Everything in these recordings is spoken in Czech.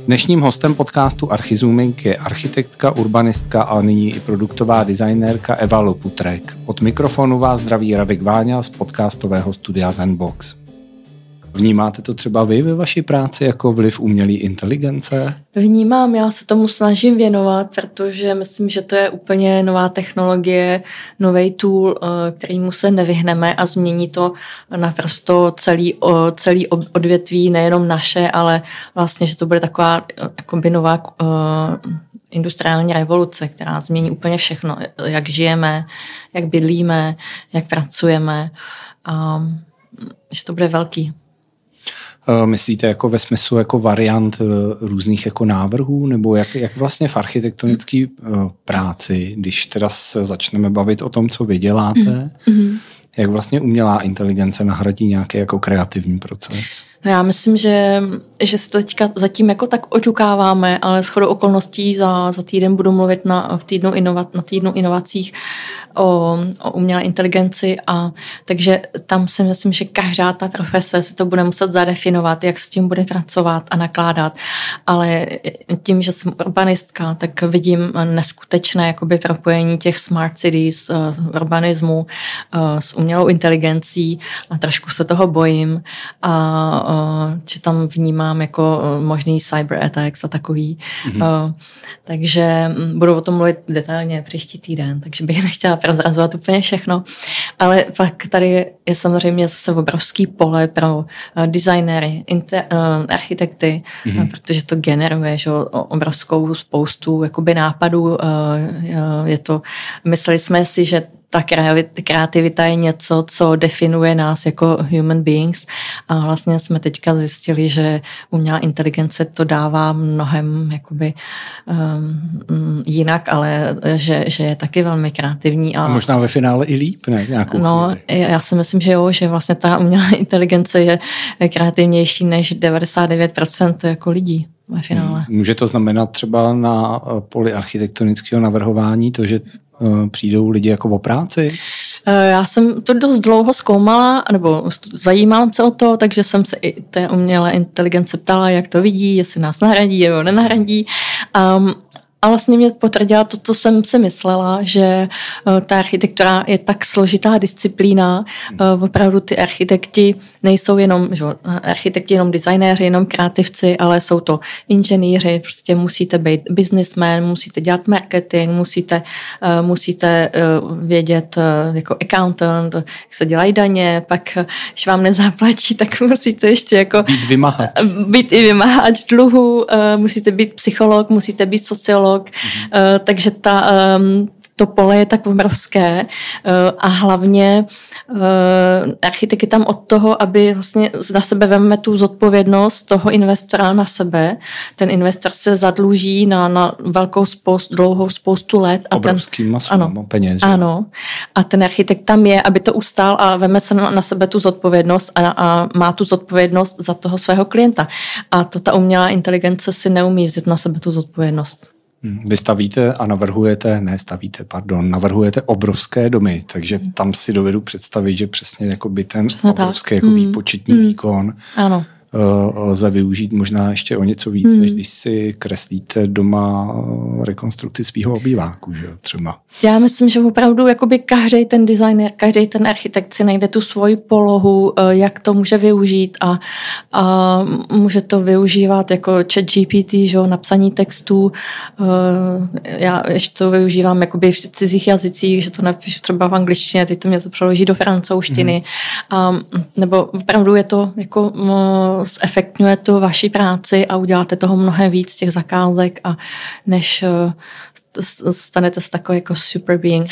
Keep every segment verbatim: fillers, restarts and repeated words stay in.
Dnešním hostem podcastu Archizooming je architektka, urbanistka a nyní i produktová designérka Eva Loputrek. Od mikrofonu vás zdraví Radek Váňa z podcastového studia Zenbox. Vnímáte to třeba vy ve vaší práci jako vliv umělé inteligence? Vnímám, já se tomu snažím věnovat, protože myslím, že to je úplně nová technologie, nový tool, kterýmu se nevyhneme a změní to naprosto celý, celý odvětví, nejenom naše, ale vlastně, že to bude taková jakoby nová industriální revoluce, která změní úplně všechno, jak žijeme, jak bydlíme, jak pracujeme a že to bude velký. Myslíte jako ve smyslu jako variant různých jako návrhů, nebo jak, jak vlastně v architektonické práci, když teda se začneme bavit o tom, co vy děláte, mm-hmm. jak vlastně umělá inteligence nahradí nějaký jako kreativní proces? No já myslím, že, že si to teďka zatím jako tak oťukáváme, ale shodou okolností za, za týden budu mluvit na, v týdnu inova, na týdnu inovacích o, o umělé inteligenci a takže tam si myslím, že každá ta profese si to bude muset zadefinovat, jak s tím bude pracovat a nakládat, ale tím, že jsem urbanistka, tak vidím neskutečné jakoby propojení těch smart cities, urbanismu s umělou inteligencí a trošku se toho bojím a že tam vnímám jako možný cyber attacks a takový. Mm-hmm. Takže budu o tom mluvit detailně příští týden, takže bych nechtěla prozrazovat úplně všechno. Ale pak tady je samozřejmě zase obrovský pole pro designéry, inter, architekty, mm-hmm. protože to generuje že, obrovskou spoustu jakoby nápadů. Je to, mysleli jsme si, že ta kreativita je něco, co definuje nás jako human beings a vlastně jsme teďka zjistili, že umělá inteligence to dává mnohem jakoby um, jinak, ale že, že je taky velmi kreativní. A, a možná ve finále i líp, ne? Nějakou no, chvíli. Já si myslím, že jo, že vlastně ta umělá inteligence je kreativnější než devadesát devět procent jako lidí ve finále. Může to znamenat třeba na poli architektonického navrhování to, že přijdou lidi jako o práci? Já jsem to dost dlouho zkoumala, nebo zajímám se o to, takže jsem se i té umělé inteligence ptala, jak to vidí, jestli nás nahradí nebo nenahradí. Um, A vlastně mě potvrdila to, co jsem si myslela, že ta architektura je tak složitá disciplína. Opravdu ty architekti nejsou jenom, že, architekti jenom designéři, jenom kreativci, ale jsou to inženýři, prostě musíte být businessman, musíte dělat marketing, musíte, musíte vědět jako accountant, jak se dělají daně, pak, když vám nezaplatí, tak musíte ještě jako být vymahač. Být i vymahač dluhu, musíte být psycholog, musíte být sociolog. Mm-hmm. Uh, takže ta, um, to pole je tak obrovské uh, a hlavně uh, architekt je tam od toho, aby vlastně na sebe veme tu zodpovědnost toho investora na sebe. Ten investor se zadluží na, na velkou spoustu, dlouhou spoustu let. A obrovský ten, masu ano, peněz. Ano. A ten architekt tam je, aby to ustál a veme se na, na sebe tu zodpovědnost a, a má tu zodpovědnost za toho svého klienta. A to ta umělá inteligence si neumí vzít na sebe tu zodpovědnost. Vy stavíte a navrhujete, ne stavíte, pardon, navrhujete obrovské domy, takže tam si dovedu představit, že přesně jako by ten přesně obrovský jako výpočetní mm. výkon ano. lze využít možná ještě o něco víc, mm. než když si kreslíte doma rekonstrukci svého obýváku, že jo, třeba. Já myslím, že opravdu jakoby každý ten designer, každý ten architekt si najde tu svoji polohu, jak to může využít a, a může to využívat jako chat G P T, že jo, napsaní textů. Já ještě to využívám jakoby v cizích jazycích, že to napíšu třeba v angličtině, teď to mě to přeloží do francouzštiny. Mm. A, nebo opravdu je to jako zefektňuje to vaši práci a uděláte toho mnohem víc těch zakázek a než stanete se takový jako super being.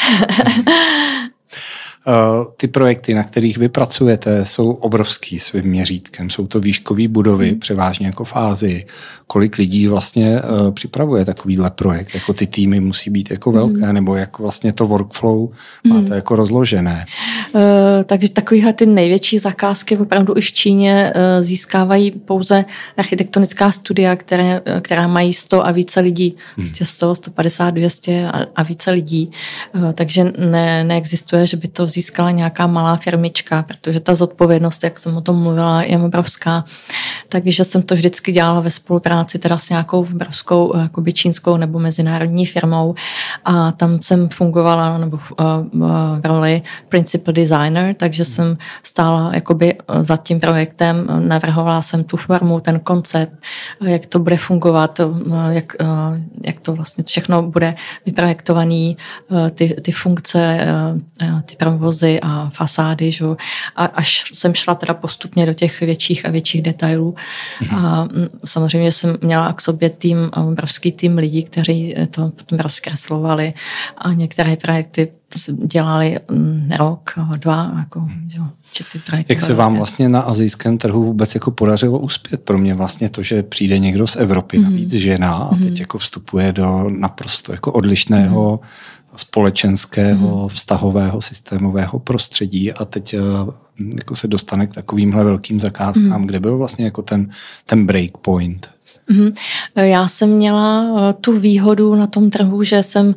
Ty projekty, na kterých vy pracujete, jsou obrovský svým měřítkem. Jsou to výškové budovy, hmm. převážně jako v Ázii. Kolik lidí vlastně uh, připravuje takovýhle projekt? Jako ty týmy musí být jako velké, hmm. nebo jak vlastně to workflow máte hmm. jako rozložené? Uh, takže takovýhle ty největší zakázky opravdu i v Číně uh, získávají pouze architektonická studia, které, která mají sto a více lidí. Hmm. sto, sto padesát, dvě stě a, a více lidí. Uh, takže ne, neexistuje, že by to získala nějaká malá firmička, protože ta zodpovědnost, jak jsem o tom mluvila, je obrovská. takže jsem to vždycky dělala ve spolupráci teda s nějakou obrovskou jakoby čínskou nebo mezinárodní firmou a tam jsem fungovala nebo v, v roli principal designer, takže jsem stála jakoby za tím projektem, navrhovala jsem tu formu, ten koncept, jak to bude fungovat, jak, jak to vlastně všechno bude vyprojektovaný, ty, ty funkce, ty provozy a fasády, že? A až jsem šla teda postupně do těch větších a větších detailů. Mm-hmm. A samozřejmě jsem měla k sobě tým, obrovský tým lidí, kteří to potom rozkreslovali a některé projekty dělali rok, dva, jako, jo, jak se vám vlastně na asijském trhu vůbec jako podařilo uspět? Pro mě vlastně to, že přijde někdo z Evropy, mm-hmm. navíc žena a teď mm-hmm. jako vstupuje do naprosto jako odlišného mm-hmm. společenského, mm-hmm. vztahového, systémového prostředí a teď jako se dostane k takovýmhle velkým zakázkám, mm-hmm. kde byl vlastně jako ten, ten breakpoint. Já jsem měla tu výhodu na tom trhu, že jsem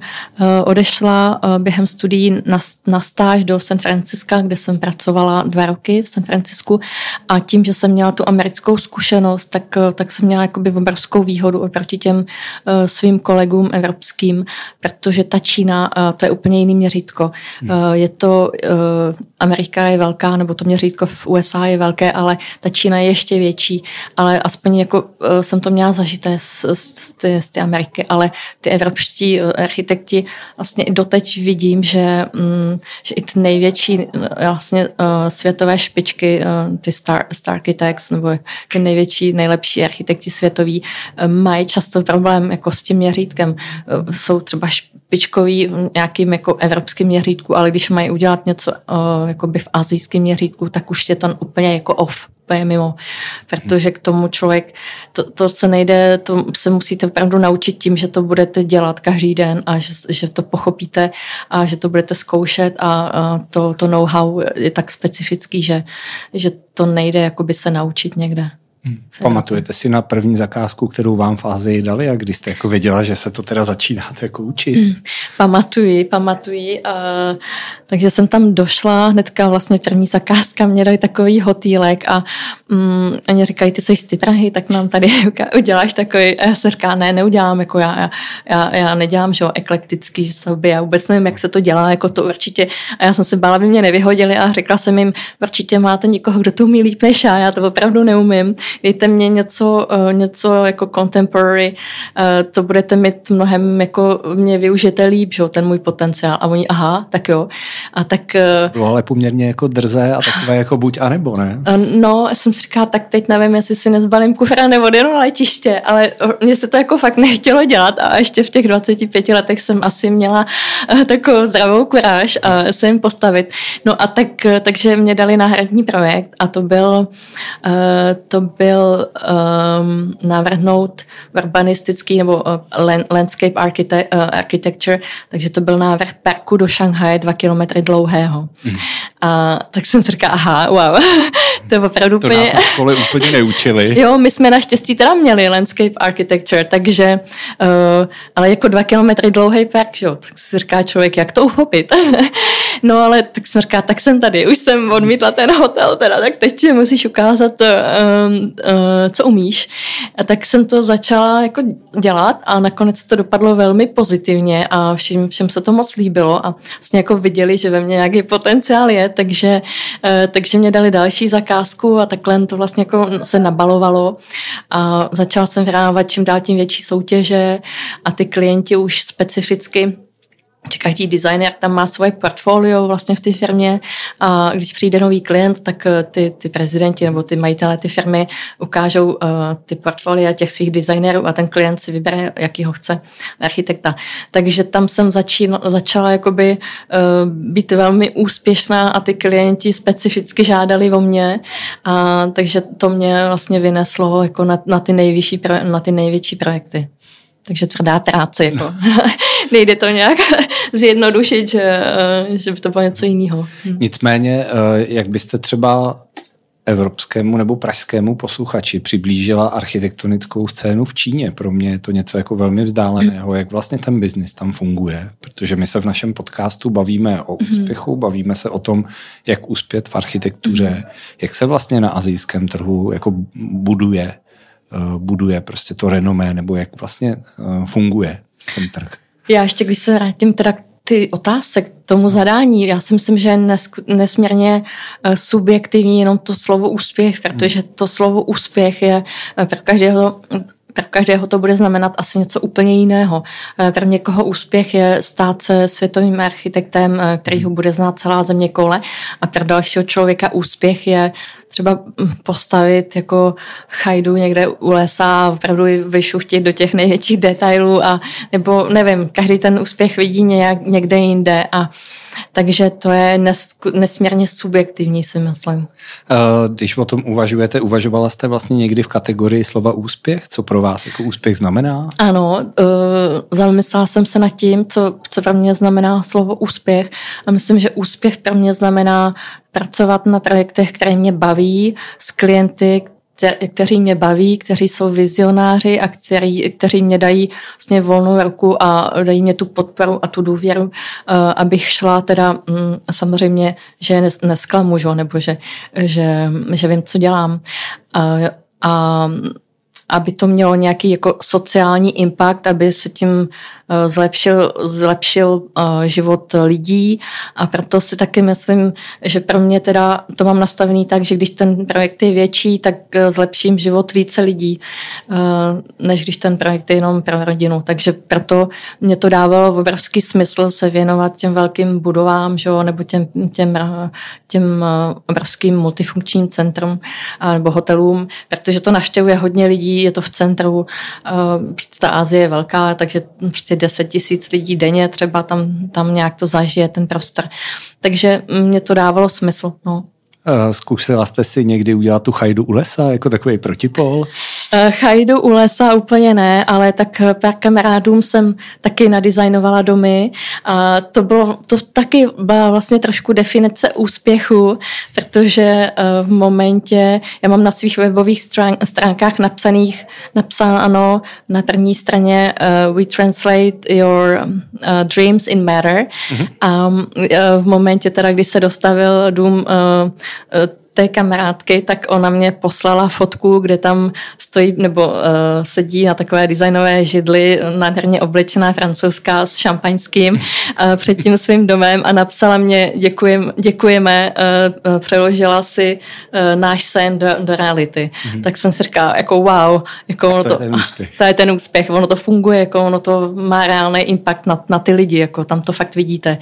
odešla během studií na, na stáž do San Franciska, kde jsem pracovala dva roky v San Francisku a tím, že jsem měla tu americkou zkušenost, tak, tak jsem měla jakoby obrovskou výhodu oproti těm svým kolegům evropským, protože ta Čína, to je úplně jiný měřítko. Hmm. Je to, Amerika je velká, nebo to měřítko v U S A je velké, ale ta Čína je ještě větší, ale aspoň jako jsem to měla zažité z, z, z, z té Ameriky, ale ty evropští architekti vlastně doteď vidím, že, mm, že i ty největší vlastně uh, světové špičky, uh, ty star, star architects nebo ty největší, nejlepší architekti světoví uh, mají často problém jako s tím měřítkem. Uh, jsou třeba špičkový v nějakým jako evropským měřítku, ale když mají udělat něco uh, jakoby v asijském měřítku, tak už je to úplně jako off. Je mimo, protože k tomu člověk, to, to se nejde, to se musíte opravdu naučit tím, že to budete dělat každý den a že, že to pochopíte a že to budete zkoušet a, a to, to know-how je tak specifický, že, že to nejde jakoby se naučit někde. Hmm. Pamatujete si na první zakázku, kterou vám v Asii dali a kdy jste jako věděla, že se to teda začínáte jako učit? Hmm. Pamatuji, pamatuji. Uh, takže jsem tam došla, hnedka vlastně první zakázka, mě dali takový hotýlek a um, oni říkali, ty jsi z ty Prahy, tak nám tady uděláš takový, a já se říká, ne, neudělám, jako já, já, já, já nedělám, že jo, eklektický stavby, já vůbec nevím, jak se to dělá, jako to určitě, a já jsem se bála, aby mě nevyhodili a řekla jsem jim, určitě máte někoho, kdo to umí líp než já, já to opravdu neumím. Dejte mě něco, něco jako contemporary, to budete mít mnohem jako mě využijete líp, že, ten můj potenciál. A oni, aha, tak jo. A tak... Bylo ale poměrně jako drzé a takové jako buď a nebo, ne? No, jsem si říkala, tak teď nevím, jestli si nezbalím kufra nebo jdu na letiště, ale mně se to jako fakt nechtělo dělat a ještě v těch dvaceti pěti letech jsem asi měla takovou zdravou kuráž a se jim postavit. No a tak, takže mě dali náhradní projekt a to byl to byl um, navrhnout urbanistický nebo uh, landscape archite- uh, architecture, takže to byl návrh parku do Šanghaje dva kilometry dlouhého. Mm. A tak jsem si říkala, aha, wow, to je opravdu to úplně... nás na škole úplně neučili. Jo, my jsme naštěstí teda měli landscape architecture, takže, uh, ale jako dva kilometry dlouhý park, jo, tak si říká člověk, jak to uchopit. No ale tak jsem říkala, tak jsem tady, už jsem odmítla ten hotel teda, tak teď si musíš ukázat, um, uh, co umíš. A tak jsem to začala jako dělat a nakonec to dopadlo velmi pozitivně a všem, všem se to moc líbilo a vlastně jako viděli, že ve mně nějaký potenciál je, takže, uh, takže mě dali další zakázku a takhle to vlastně jako se nabalovalo a začala jsem vyhrávat čím dál tím větší soutěže a ty klienti už specificky že každý designer tam má svoje portfolio vlastně v té firmě a když přijde nový klient, tak ty, ty prezidenti nebo ty majitelé ty firmy ukážou uh, ty portfolia těch svých designerů a ten klient si vybere, jaký ho chce architekta. Takže tam jsem začín, začala jakoby uh, být velmi úspěšná a ty klienti specificky žádali o mě a takže to mě vlastně vyneslo jako na, na, ty, nejvyšší, na ty největší projekty. Takže tvrdá práce, jako. Nejde to nějak zjednodušit, že, že by to bylo něco jiného. Nicméně, jak byste třeba evropskému nebo pražskému posluchači přiblížila architektonickou scénu v Číně. Pro mě je to něco jako velmi vzdáleného, jak vlastně ten biznis tam funguje, protože my se v našem podcastu bavíme o úspěchu, bavíme se o tom, jak uspět v architektuře, jak se vlastně na asijském trhu jako buduje, buduje prostě to renomé, nebo jak vlastně funguje ten trh. Já ještě, když se vrátím teda ty otázek k tomu zadání, já si myslím, že je nesmírně subjektivní jenom to slovo úspěch, protože to slovo úspěch je pro každého, pro každého to bude znamenat asi něco úplně jiného. Pro někoho úspěch je stát se světovým architektem, který ho bude znát celá země koule, a pro dalšího člověka úspěch je třeba postavit jako chajdu někde u lesa a opravdu vyšuchtit do těch největších detailů, a nebo nevím, každý ten úspěch vidí nějak, někde jinde, a takže to je nes, nesmírně subjektivní, si myslím. Když o tom uvažujete, uvažovala jste vlastně někdy v kategorii slova úspěch? Co pro vás jako úspěch znamená? Ano, uh, zamyslela jsem se nad tím, co, co pro mě znamená slovo úspěch, a myslím, že úspěch pro mě znamená pracovat na projektech, které mě baví, s klienty, kteří mě baví, kteří jsou vizionáři a kteří, kteří mě dají vlastně volnou ruku a dají mě tu podporu a tu důvěru, abych šla teda samozřejmě, že nesklamu, že, nebo že, že, že vím, co dělám. A, a aby to mělo nějaký jako sociální impact, aby se tím zlepšil, zlepšil život lidí, a proto si taky myslím, že pro mě teda to mám nastavený tak, že když ten projekt je větší, tak zlepším život více lidí, než když ten projekt je jenom pro rodinu. Takže proto mě to dávalo obrovský smysl se věnovat těm velkým budovám, že, nebo těm, těm, těm obrovským multifunkčním centrum nebo hotelům, protože to navštěvuje hodně lidí, je to v centru, ta Asie je velká, takže prostě deset tisíc lidí denně třeba tam, tam nějak to zažije ten prostor. Takže mě to dávalo smysl. No. Zkusila jste si někdy udělat tu chajdu u lesa, jako takový protipol? Chajdu u lesa úplně ne, ale tak pár kamarádům jsem taky nadizajnovala domy. A to bylo, to taky byla vlastně trošku definice úspěchu, protože v momentě, já mám na svých webových strán, stránkách napsaných, napsáno na první straně uh, we translate your uh, dreams in matter. Mm-hmm. A uh, v momentě teda, kdy se dostavil dům uh, té kamarádky, tak ona mě poslala fotku, kde tam stojí nebo uh, sedí na takové designové židli nádherně oblečená francouzská s šampaňským uh, před tím svým domem, a napsala mě děkujem, děkujeme, uh, přeložila si uh, náš sen do, do reality. Mm-hmm. Tak jsem si říkala, jako wow, jako ono to, to, je ten úspěch. to je ten úspěch, ono to funguje, jako ono to má reálný impact na, na ty lidi, jako tam to fakt vidíte.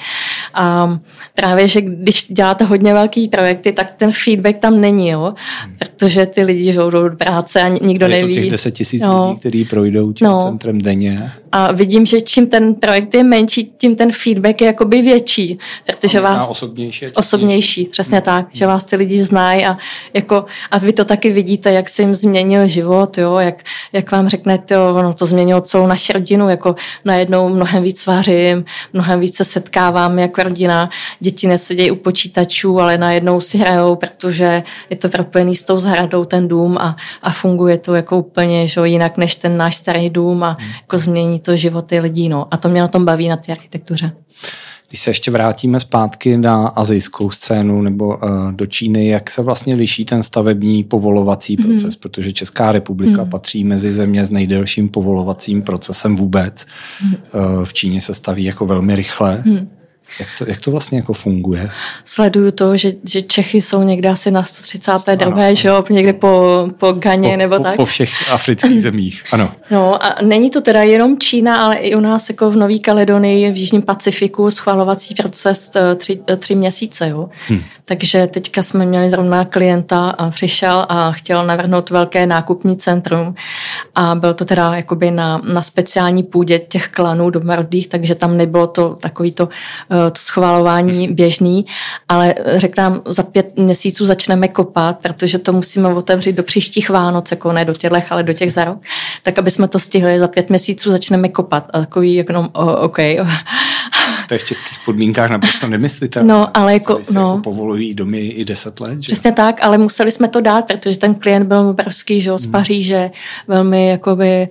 A právě, že když děláte hodně velký projekty, tak ten feedback tam není, jo? Protože ty lidi jdou do práce a nikdo neví. Je to těch deset tisíc no. lidí, kteří projdou tím no. centrem denně. A vidím, že čím ten projekt je menší, tím ten feedback je jakoby větší. Protože a vás... osobnější. Osobnější, přesně hmm. tak. Že vás ty lidi znají a, jako, a vy to taky vidíte, jak se jim změnil život, jo? Jak, jak vám řeknete, jo, ono to změnilo celou naši rodinu, jako najednou mnohem víc vařím, mnohem víc se setkávám jako rodina, děti nesedějí u počítačů, ale najednou si hrajou, protože je to propojený s tou zahradou ten dům a, a funguje to jako úplně že, jinak než ten náš starý dům a hmm. jako změní to životy lidí. No. A to mě na tom baví na té architektuře. Když se ještě vrátíme zpátky na asijskou scénu nebo uh, do Číny, jak se vlastně liší ten stavební povolovací mm. proces, protože Česká republika mm. patří mezi země s nejdelším povolovacím procesem vůbec. Mm. Uh, v Číně se staví jako velmi rychle. Mm. Jak to, jak to vlastně jako funguje? Sleduju to, že, že Čechy jsou někde asi na sto třicáté druhé že jo, někde po, po Ghaně po, nebo po, tak. Po všech afrických zemích, ano. No a není to teda jenom Čína, ale i u nás jako v Nový Kaledonii, v Jižním Pacifiku schvalovací proces tři, tři měsíce, jo. Hmm. Takže teďka jsme měli zrovna klienta a přišel a chtěl navrhnout velké nákupní centrum a byl to teda jakoby na, na speciální půdě těch klanů domorodých, takže tam nebylo to takový to to schvalování běžný, ale řekl nám, za pět měsíců začneme kopat, protože to musíme otevřít do příštích Vánoc, jako ne do těchto, ale do těch za rok, tak aby jsme to stihli, za pět měsíců začneme kopat. A takový, jako no, oh, OK. to je v českých podmínkách naprosto nemyslitelné. No, ale jako, Tady se no. jako povolují domy i deset let. Že? Přesně tak, ale museli jsme to dát, protože ten klient byl obrovský, že, z Paříže, velmi jakoby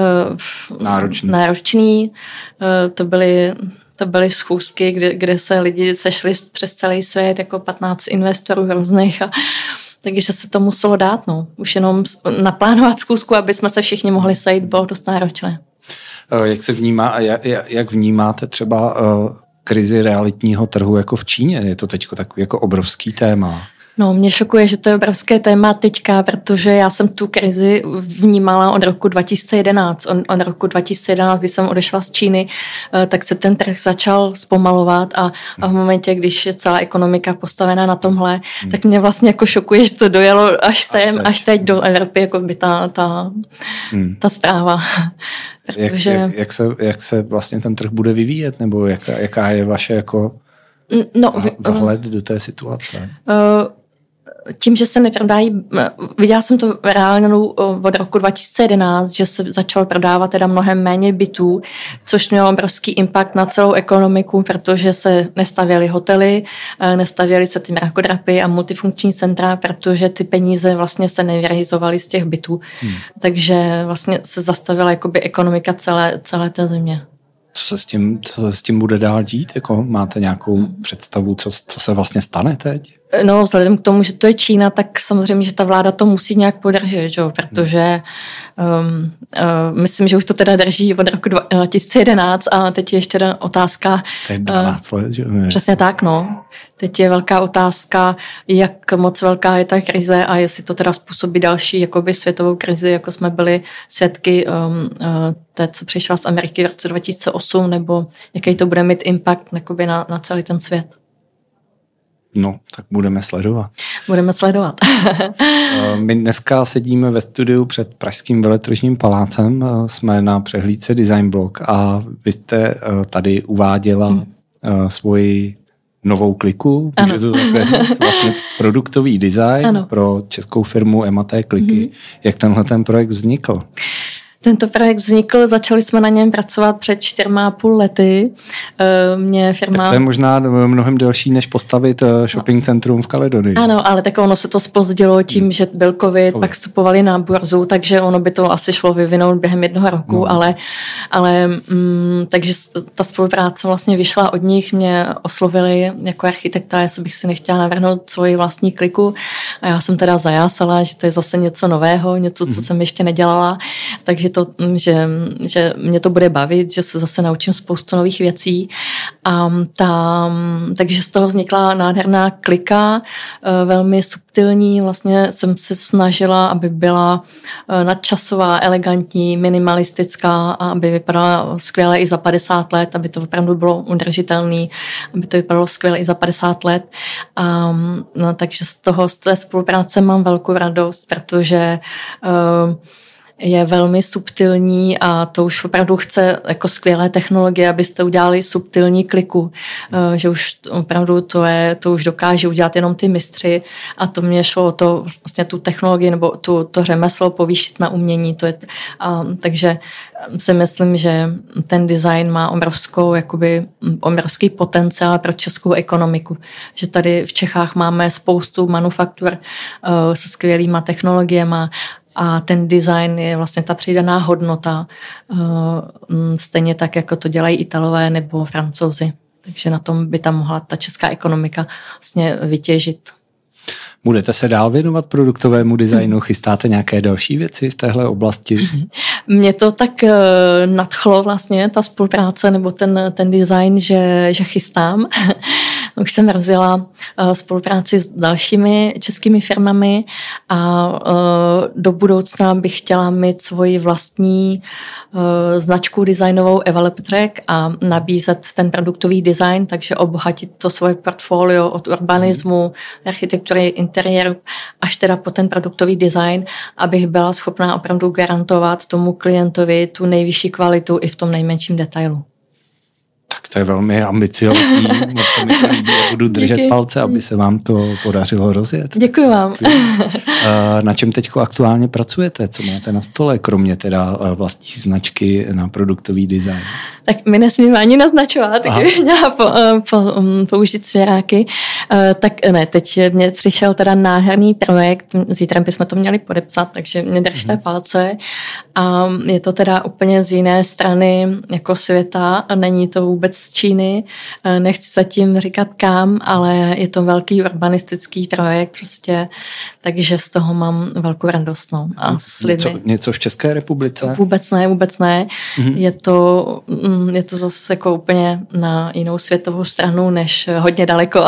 uh, náročný. náročný. Uh, to byly To byly schůzky, kde, kde se lidi sešli přes celý svět, jako patnáct investorů různých. A, takže se to muselo dát. No. Už jenom naplánovat schůzku, aby jsme se všichni mohli sejít, bylo dost náročné. Jak se vnímá, jak, jak vnímáte třeba uh, krizi realitního trhu jako v Číně? Je to teď takový jako obrovský téma. No, mě šokuje, že to je obrovské téma teďka, protože já jsem tu krizi vnímala od roku dva tisíce jedenáct. Od, od roku dva tisíce jedenáct, kdy jsem odešla z Číny, tak se ten trh začal zpomalovat a, a v momentě, když je celá ekonomika postavená na tomhle, hmm. tak mě vlastně jako šokuje, že to dojelo až sem, až teď, až teď do Evropy, jako by ta, ta, hmm. ta zpráva. Protože... Jak, jak, jak, se, jak se vlastně ten trh bude vyvíjet, nebo jaká, jaká je vaše jako no, vhled do té situace? Uh, Tím, že se neprodají, viděla jsem to reálně od roku dva tisíce jedenáct, že se začalo prodávat teda mnohem méně bytů, což mělo obrovský impact na celou ekonomiku, protože se nestavěly hotely, nestavěly se ty mrakodrapy a multifunkční centra, protože ty peníze vlastně se nevyrealizovaly z těch bytů. Hmm. Takže vlastně se zastavila jakoby ekonomika celé, celé té země. Co se s tím, co se s tím bude dál dít? Jako máte nějakou hmm. představu, co, co se vlastně stane teď? No, vzhledem k tomu, že to je Čína, tak samozřejmě, že ta vláda to musí nějak podržet, že? Protože um, uh, myslím, že už to teda drží od roku dva tisíce jedenáct a teď je ještě otázka... To je dvanáct let, že? Uh, přesně tak, no. Teď je velká otázka, jak moc velká je ta krize a jestli to teda způsobí další jakoby světovou krizi, jako jsme byli svědky um, uh, té, co přišla z Ameriky v roce dva tisíce osm, nebo jaký to bude mít impact jakoby na, na celý ten svět. No, tak budeme sledovat. Budeme sledovat. My dneska sedíme ve studiu před Pražským veletržním palácem. Jsme na přehlídce Design Blog a vy jste tady uváděla hmm. svoji novou kliku, můžete to takhle říct, vlastně produktový design ano. pro českou firmu M A T Kliky. Hmm. Jak tenhle ten projekt vznikl? Tento projekt vznikl, začali jsme na něm pracovat před čtyřma a půl lety. Mě firma... Tak to je možná mnohem delší, než postavit shopping centrum v Kaledonii. Ano, ale tak ono se to zpozdilo tím, hmm. že byl covid, covid, pak vstupovali na burzu, takže ono by to asi šlo vyvinout během jednoho roku, no, ale, ale mm, takže ta spolupráce vlastně vyšla od nich, mě oslovili jako architekta, jestli bych si nechtěla navrhnout svoji vlastní kliku a já jsem teda zajásala, že to je zase něco nového, něco, co hmm. jsem ještě nedělala, takže to, že, že mě to bude bavit, že se zase naučím spoustu nových věcí. A ta, takže z toho vznikla nádherná klika, velmi subtilní. Vlastně jsem se snažila, aby byla nadčasová, elegantní, minimalistická a aby vypadala skvěle i za padesát let, aby to opravdu bylo udržitelné, aby to vypadalo skvěle i za padesát let. A, no, takže z toho, z té spolupráce mám velkou radost, protože uh, je velmi subtilní a to už opravdu chce jako skvělé technologie, abyste udělali subtilní kliku, že už opravdu to, je, to už dokáže udělat jenom ty mistři a to mě šlo o to vlastně tu technologii nebo tu, to řemeslo povýšit na umění. To je, a, takže si myslím, že ten design má obrovskou, jakoby, obrovský potenciál pro českou ekonomiku. Že tady v Čechách máme spoustu manufaktur uh, se skvělýma technologiemi a ten design je vlastně ta přidaná hodnota, stejně tak, jako to dělají Italové nebo Francouzi. Takže na tom by tam mohla ta česká ekonomika vlastně vytěžit. Budete se dál věnovat produktovému designu? Chystáte nějaké další věci v téhle oblasti? Mě to tak nadchlo vlastně, ta spolupráce nebo ten, ten design, že, že chystám. Už jsem rozjela spolupráci s dalšími českými firmami a do budoucna bych chtěla mít svoji vlastní značku designovou Evaleptrek a nabízet ten produktový design, takže obohatit to svoje portfolio od urbanismu, architektury, interiéru až teda po ten produktový design, abych byla schopná opravdu garantovat tomu klientovi tu nejvyšší kvalitu i v tom nejmenším detailu. Tak to je velmi ambiciozní, moc se mi to líbí a budu držet Díky. palce, aby se vám to podařilo rozjet. Děkuji vám. Na čem teď aktuálně pracujete? Co máte na stole, kromě teda vlastní značky na produktový design? tak my nesmíme ani naznačovat, kdyby měla po, po, um, použít svěráky. Uh, tak ne, teď mě přišel teda nádherný projekt, zítra bychom to měli podepsat, takže mě držte mm. palce. A je to teda úplně z jiné strany jako světa, není to vůbec z Číny, nechci zatím říkat kam, ale je to velký urbanistický projekt prostě, takže z toho mám velkou radost. No. A s lidmi. Něco, něco v České republice? Vůbec ne, vůbec ne. Mm-hmm. Je to, je to zase jako úplně na jinou světovou stranu, než hodně daleko.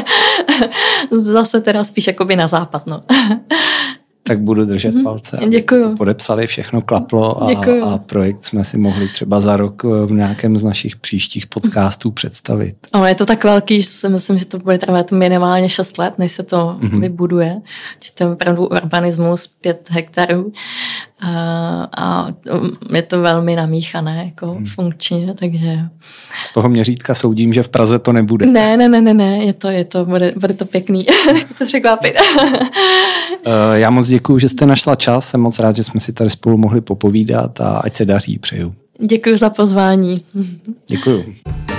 Zase teda spíš jakoby na západ, no. Tak budu držet mm-hmm. palce. Děkuju. To podepsali, všechno klaplo a, a projekt jsme si mohli třeba za rok v nějakém z našich příštích podcastů představit. Ono je to tak velký, že si myslím, že to bude trvat minimálně šest let, než se to mm-hmm. vybuduje. Že to je opravdu urbanismus, pět hektarů. A, a je to velmi namíchané, jako hmm. funkčně, takže... Z toho měřítka soudím, že v Praze to nebude. Ne, ne, ne, ne, ne, je to, je to, bude, bude to pěkný. Nechci se překvapit. Já moc děkuju, že jste našla čas, jsem moc rád, že jsme si tady spolu mohli popovídat a ať se daří, přeju. Děkuju za pozvání. Děkuju.